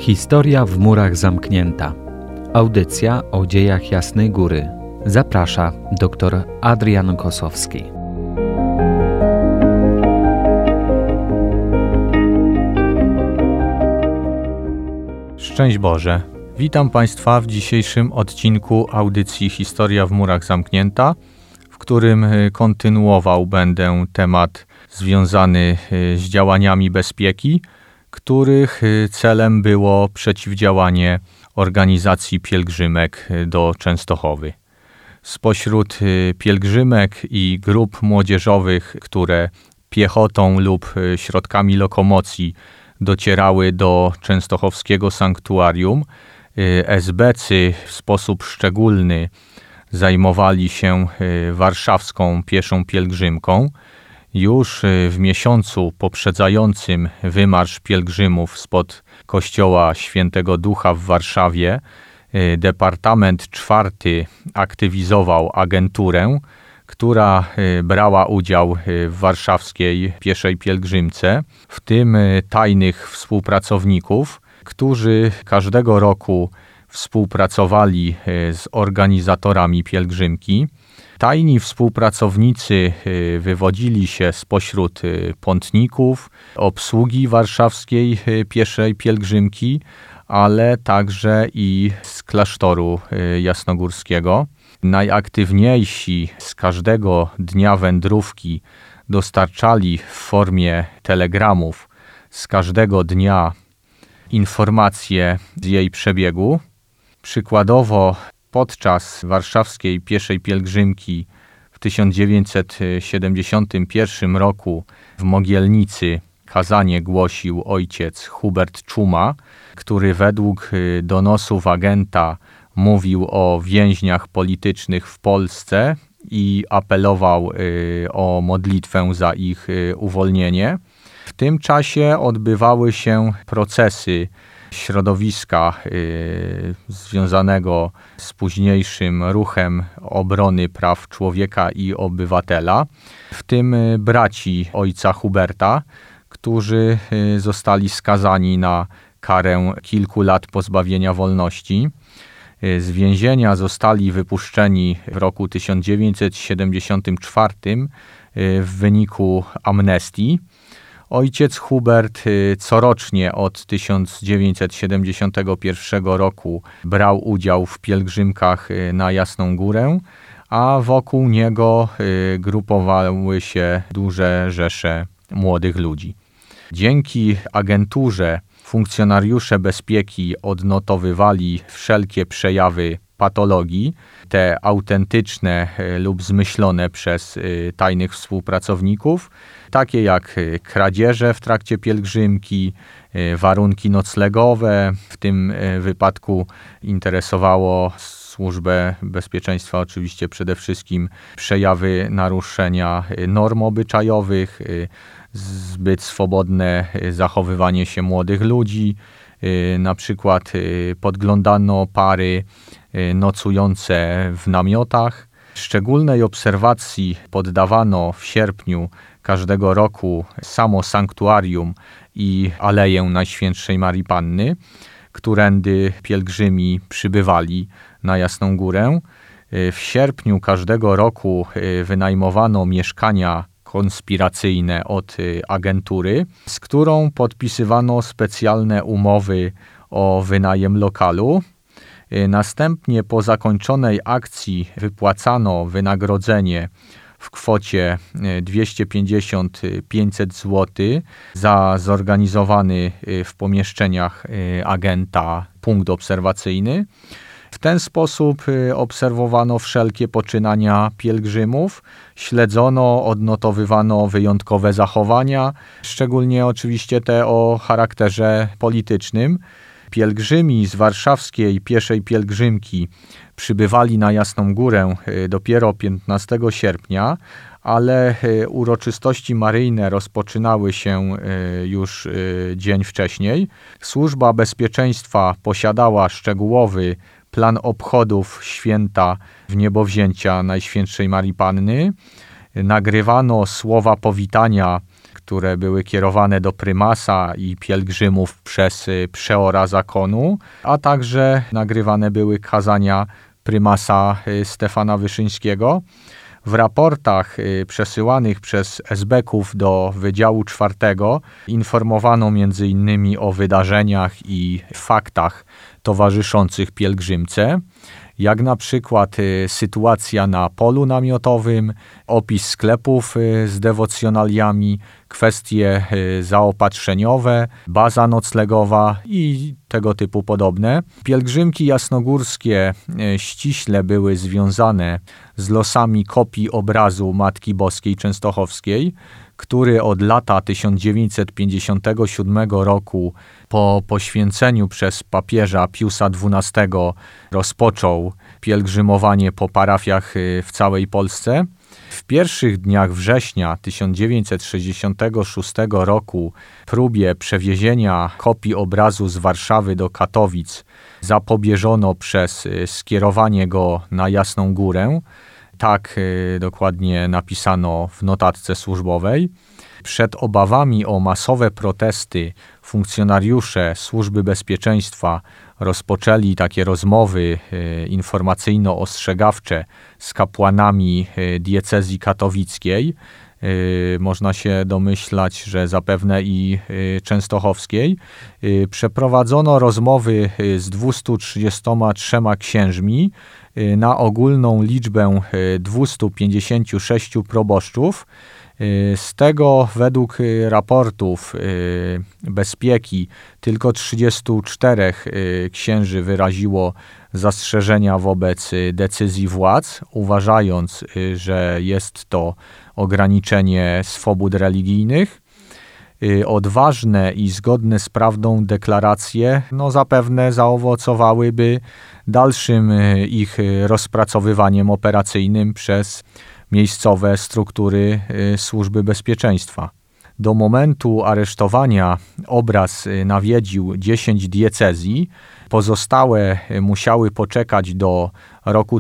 Historia w murach zamknięta. Audycja o dziejach Jasnej Góry. Zaprasza dr Adrian Kosowski. Szczęść Boże. Witam Państwa w dzisiejszym odcinku audycji Historia w murach zamknięta, w którym kontynuował będę temat związany z działaniami bezpieki, których celem było przeciwdziałanie organizacji pielgrzymek do Częstochowy. Spośród pielgrzymek i grup młodzieżowych, które piechotą lub środkami lokomocji docierały do częstochowskiego sanktuarium, esbecy w sposób szczególny zajmowali się warszawską pieszą pielgrzymką. Już w miesiącu poprzedzającym wymarsz pielgrzymów spod kościoła Świętego Ducha w Warszawie Departament IV aktywizował agenturę, która brała udział w warszawskiej pieszej pielgrzymce, w tym tajnych współpracowników, którzy każdego roku współpracowali z organizatorami pielgrzymki. Tajni współpracownicy wywodzili się spośród pątników, obsługi warszawskiej pieszej pielgrzymki, ale także i z klasztoru jasnogórskiego. Najaktywniejsi z każdego dnia wędrówki dostarczali w formie telegramów z każdego dnia informacje z jej przebiegu. Przykładowo podczas warszawskiej pieszej pielgrzymki w 1971 roku w Mogielnicy kazanie głosił ojciec Hubert Czuma, który według donosów agenta mówił o więźniach politycznych w Polsce i apelował o modlitwę za ich uwolnienie. W tym czasie odbywały się procesy środowiska związanego z późniejszym ruchem obrony praw człowieka i obywatela, w tym braci ojca Huberta, którzy zostali skazani na karę kilku lat pozbawienia wolności. Z więzienia zostali wypuszczeni w roku 1974 w wyniku amnestii. Ojciec Hubert corocznie od 1971 roku brał udział w pielgrzymkach na Jasną Górę, a wokół niego grupowały się duże rzesze młodych ludzi. Dzięki agenturze funkcjonariusze bezpieki odnotowywali wszelkie przejawy patologii, te autentyczne lub zmyślone przez tajnych współpracowników, takie jak kradzieże w trakcie pielgrzymki, warunki noclegowe. W tym wypadku interesowało Służbę Bezpieczeństwa oczywiście przede wszystkim przejawy naruszenia norm obyczajowych, zbyt swobodne zachowywanie się młodych ludzi. Na przykład podglądano pary nocujące w namiotach. Szczególnej obserwacji poddawano w sierpniu każdego roku samo sanktuarium i Aleję Najświętszej Marii Panny, którędy pielgrzymi przybywali na Jasną Górę. W sierpniu każdego roku wynajmowano mieszkania konspiracyjne od agentury, z którą podpisywano specjalne umowy o wynajem lokalu. Następnie po zakończonej akcji wypłacano wynagrodzenie w kwocie 250-500 zł za zorganizowany w pomieszczeniach agenta punkt obserwacyjny. W ten sposób obserwowano wszelkie poczynania pielgrzymów, śledzono, odnotowywano wyjątkowe zachowania, szczególnie oczywiście te o charakterze politycznym. Pielgrzymi z warszawskiej pieszej pielgrzymki przybywali na Jasną Górę dopiero 15 sierpnia, ale uroczystości maryjne rozpoczynały się już dzień wcześniej. Służba Bezpieczeństwa posiadała szczegółowy plan obchodów święta Wniebowzięcia Najświętszej Marii Panny. Nagrywano słowa powitania, które były kierowane do prymasa i pielgrzymów przez przeora zakonu, a także nagrywane były kazania prymasa Stefana Wyszyńskiego. W raportach przesyłanych przez esbeków do Wydziału IV informowano m.in. o wydarzeniach i faktach towarzyszących pielgrzymce, jak na przykład sytuacja na polu namiotowym, opis sklepów z dewocjonaliami, kwestie zaopatrzeniowe, baza noclegowa i tego typu podobne. Pielgrzymki jasnogórskie ściśle były związane z losami kopii obrazu Matki Boskiej Częstochowskiej, który od lata 1957 roku po poświęceniu przez papieża Piusa XII rozpoczął pielgrzymowanie po parafiach w całej Polsce. W pierwszych dniach września 1966 roku próbie przewiezienia kopii obrazu z Warszawy do Katowic zapobieżono przez skierowanie go na Jasną Górę. Tak dokładnie napisano w notatce służbowej. Przed obawami o masowe protesty funkcjonariusze Służby Bezpieczeństwa rozpoczęli takie rozmowy informacyjno-ostrzegawcze z kapłanami diecezji katowickiej. Można się domyślać, że zapewne i częstochowskiej. Przeprowadzono rozmowy z 233 księżmi na ogólną liczbę 256 proboszczów. Z tego według raportów bezpieki tylko 34 księży wyraziło zastrzeżenia wobec decyzji władz, uważając, że jest to ograniczenie swobód religijnych. Odważne i zgodne z prawdą deklaracje zapewne zaowocowałyby dalszym ich rozpracowywaniem operacyjnym przez miejscowe struktury Służby Bezpieczeństwa. Do momentu aresztowania obraz nawiedził 10 diecezji. Pozostałe musiały poczekać do roku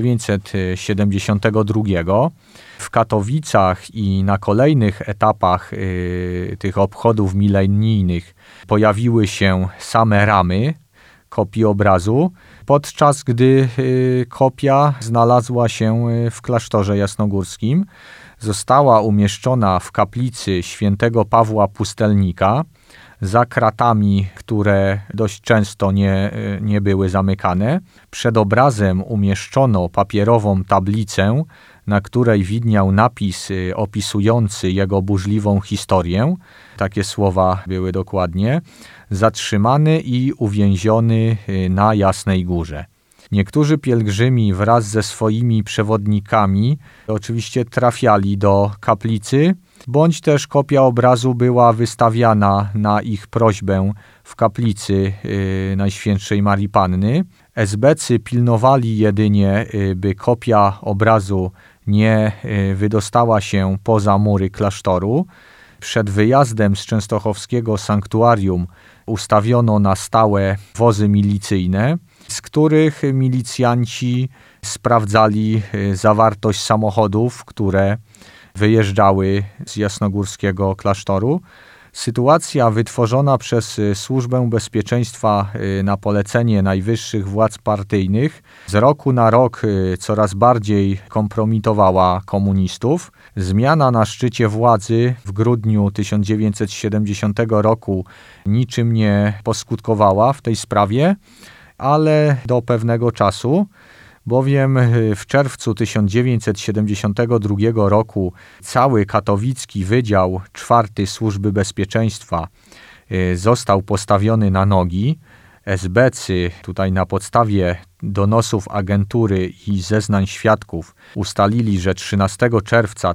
1972. W Katowicach i na kolejnych etapach tych obchodów milenijnych pojawiły się same ramy kopii obrazu, podczas gdy kopia znalazła się w klasztorze jasnogórskim. Została umieszczona w kaplicy świętego Pawła Pustelnika za kratami, które dość często nie były zamykane. Przed obrazem umieszczono papierową tablicę, na której widniał napis opisujący jego burzliwą historię. Takie słowa były dokładnie. Zatrzymany i uwięziony na Jasnej Górze. Niektórzy pielgrzymi wraz ze swoimi przewodnikami oczywiście trafiali do kaplicy, bądź też kopia obrazu była wystawiana na ich prośbę w kaplicy Najświętszej Marii Panny. esbecy pilnowali jedynie, by kopia obrazu nie wydostała się poza mury klasztoru. Przed wyjazdem z częstochowskiego sanktuarium ustawiono na stałe wozy milicyjne, z których milicjanci sprawdzali zawartość samochodów, które wyjeżdżały z jasnogórskiego klasztoru. Sytuacja wytworzona przez Służbę Bezpieczeństwa na polecenie najwyższych władz partyjnych z roku na rok coraz bardziej kompromitowała komunistów. Zmiana na szczycie władzy w grudniu 1970 roku niczym nie poskutkowała w tej sprawie, ale do pewnego czasu, bowiem w czerwcu 1972 roku cały katowicki Wydział IV Służby Bezpieczeństwa został postawiony na nogi. esbecy tutaj na podstawie donosów agentury i zeznań świadków ustalili, że 13 czerwca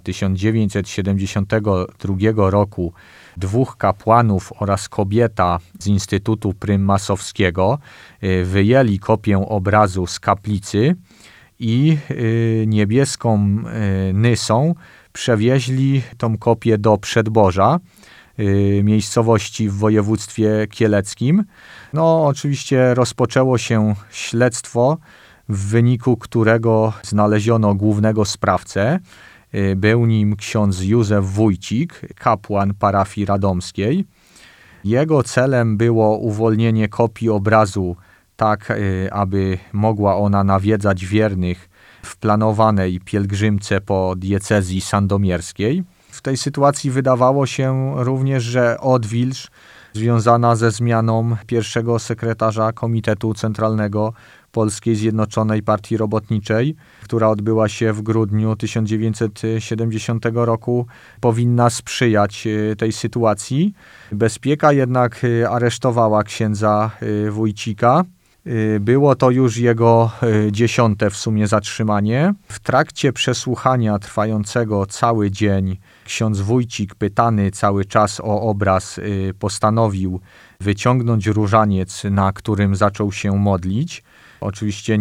1972 roku 2 kapłanów oraz kobieta z Instytutu Prymasowskiego wyjęli kopię obrazu z kaplicy i niebieską nysą przewieźli tą kopię do Przedboża, miejscowości w województwie kieleckim. Oczywiście rozpoczęło się śledztwo, w wyniku którego znaleziono głównego sprawcę. Był nim ksiądz Józef Wójcik, kapłan parafii radomskiej. Jego celem było uwolnienie kopii obrazu tak, aby mogła ona nawiedzać wiernych w planowanej pielgrzymce po diecezji sandomierskiej. W tej sytuacji wydawało się również, że odwilż związana ze zmianą pierwszego sekretarza Komitetu Centralnego Polskiej Zjednoczonej Partii Robotniczej, która odbyła się w grudniu 1970 roku, powinna sprzyjać tej sytuacji. Bezpieka jednak aresztowała księdza Wójcika. Było to już jego 10. w sumie zatrzymanie. W trakcie przesłuchania trwającego cały dzień ksiądz Wójcik, pytany cały czas o obraz, postanowił wyciągnąć różaniec, na którym zaczął się modlić. Oczywiście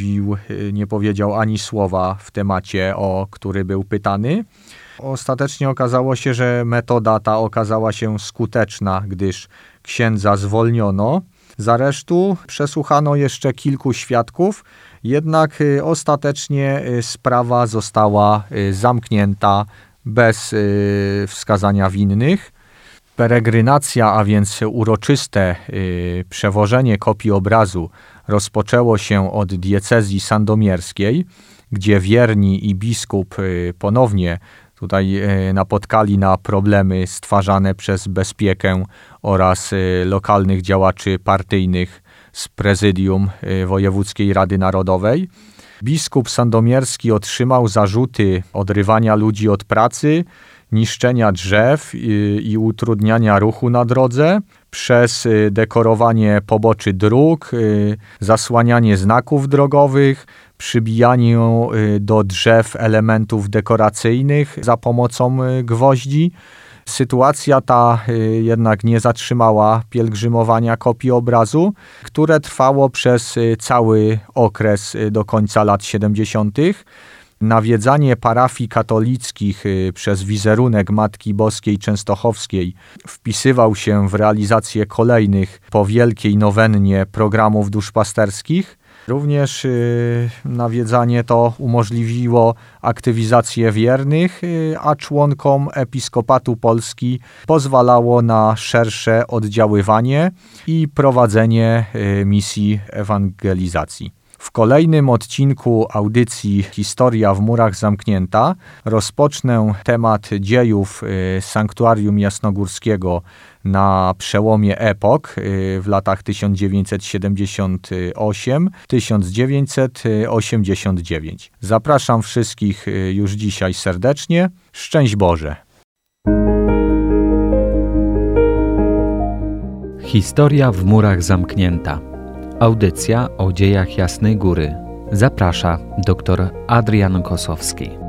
nie powiedział ani słowa w temacie, o który był pytany. Ostatecznie okazało się, że metoda ta okazała się skuteczna, gdyż księdza zwolniono z aresztu. Przesłuchano jeszcze kilku świadków, jednak ostatecznie sprawa została zamknięta bez wskazania winnych. Peregrynacja, a więc uroczyste przewożenie kopii obrazu rozpoczęło się od diecezji sandomierskiej, gdzie wierni i biskup ponownie tutaj napotkali na problemy stwarzane przez Bezpiekę oraz lokalnych działaczy partyjnych z prezydium Wojewódzkiej Rady Narodowej. Biskup sandomierski otrzymał zarzuty odrywania ludzi od pracy, niszczenia drzew i utrudniania ruchu na drodze przez dekorowanie poboczy dróg, zasłanianie znaków drogowych, przybijanie do drzew elementów dekoracyjnych za pomocą gwoździ. Sytuacja ta jednak nie zatrzymała pielgrzymowania kopii obrazu, które trwało przez cały okres do końca lat 70. Nawiedzanie parafii katolickich przez wizerunek Matki Boskiej Częstochowskiej wpisywał się w realizację kolejnych po wielkiej nowennie programów duszpasterskich. Również nawiedzanie to umożliwiło aktywizację wiernych, a członkom Episkopatu Polski pozwalało na szersze oddziaływanie i prowadzenie misji ewangelizacji. W kolejnym odcinku audycji Historia w murach zamknięta rozpocznę temat dziejów Sanktuarium Jasnogórskiego na przełomie epok w latach 1978-1989. Zapraszam wszystkich już dzisiaj serdecznie. Szczęść Boże! Historia w murach zamknięta. Audycja o dziejach Jasnej Góry. Zaprasza dr Adrian Kosowski.